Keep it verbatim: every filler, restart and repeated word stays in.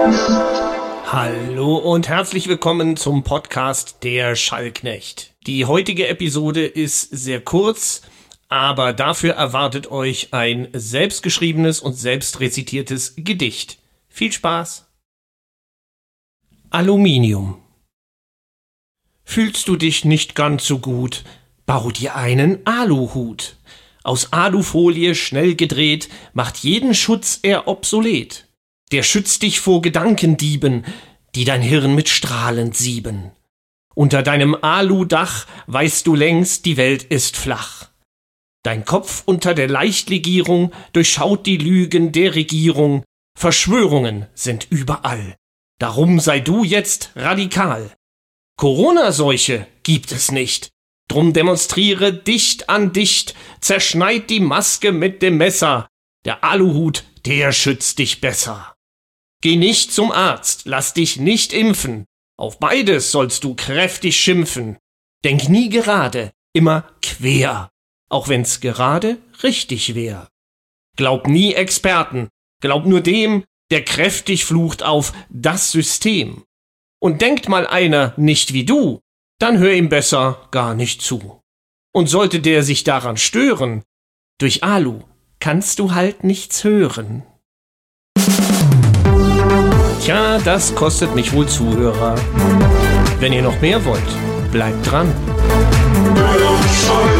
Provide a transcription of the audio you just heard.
Hallo und herzlich willkommen zum Podcast Der Schallknecht. Die heutige Episode ist sehr kurz, aber dafür erwartet euch ein selbstgeschriebenes und selbstrezitiertes Gedicht. Viel Spaß! Aluminium. Fühlst du dich nicht ganz so gut? Bau dir einen Aluhut. Aus Alufolie schnell gedreht, macht jeden Schutz er obsolet. Der schützt dich vor Gedankendieben, die dein Hirn mit Strahlen sieben. Unter deinem Aludach weißt du längst, die Welt ist flach. Dein Kopf unter der Leichtlegierung durchschaut die Lügen der Regierung. Verschwörungen sind überall. Darum sei du jetzt radikal. Corona-Seuche gibt es nicht. Drum demonstriere dicht an dicht, zerschneid die Maske mit dem Messer. Der Aluhut, der schützt dich besser. Geh nicht zum Arzt, lass dich nicht impfen. Auf beides sollst du kräftig schimpfen. Denk nie gerade, immer quer, auch wenn's gerade richtig wär. Glaub nie Experten, glaub nur dem, der kräftig flucht auf das System. Und denkt mal einer nicht wie du, dann hör ihm besser gar nicht zu. Und sollte der sich daran stören, durch Alu kannst du halt nichts hören. Tja, das kostet mich wohl Zuhörer. Wenn ihr noch mehr wollt, bleibt dran.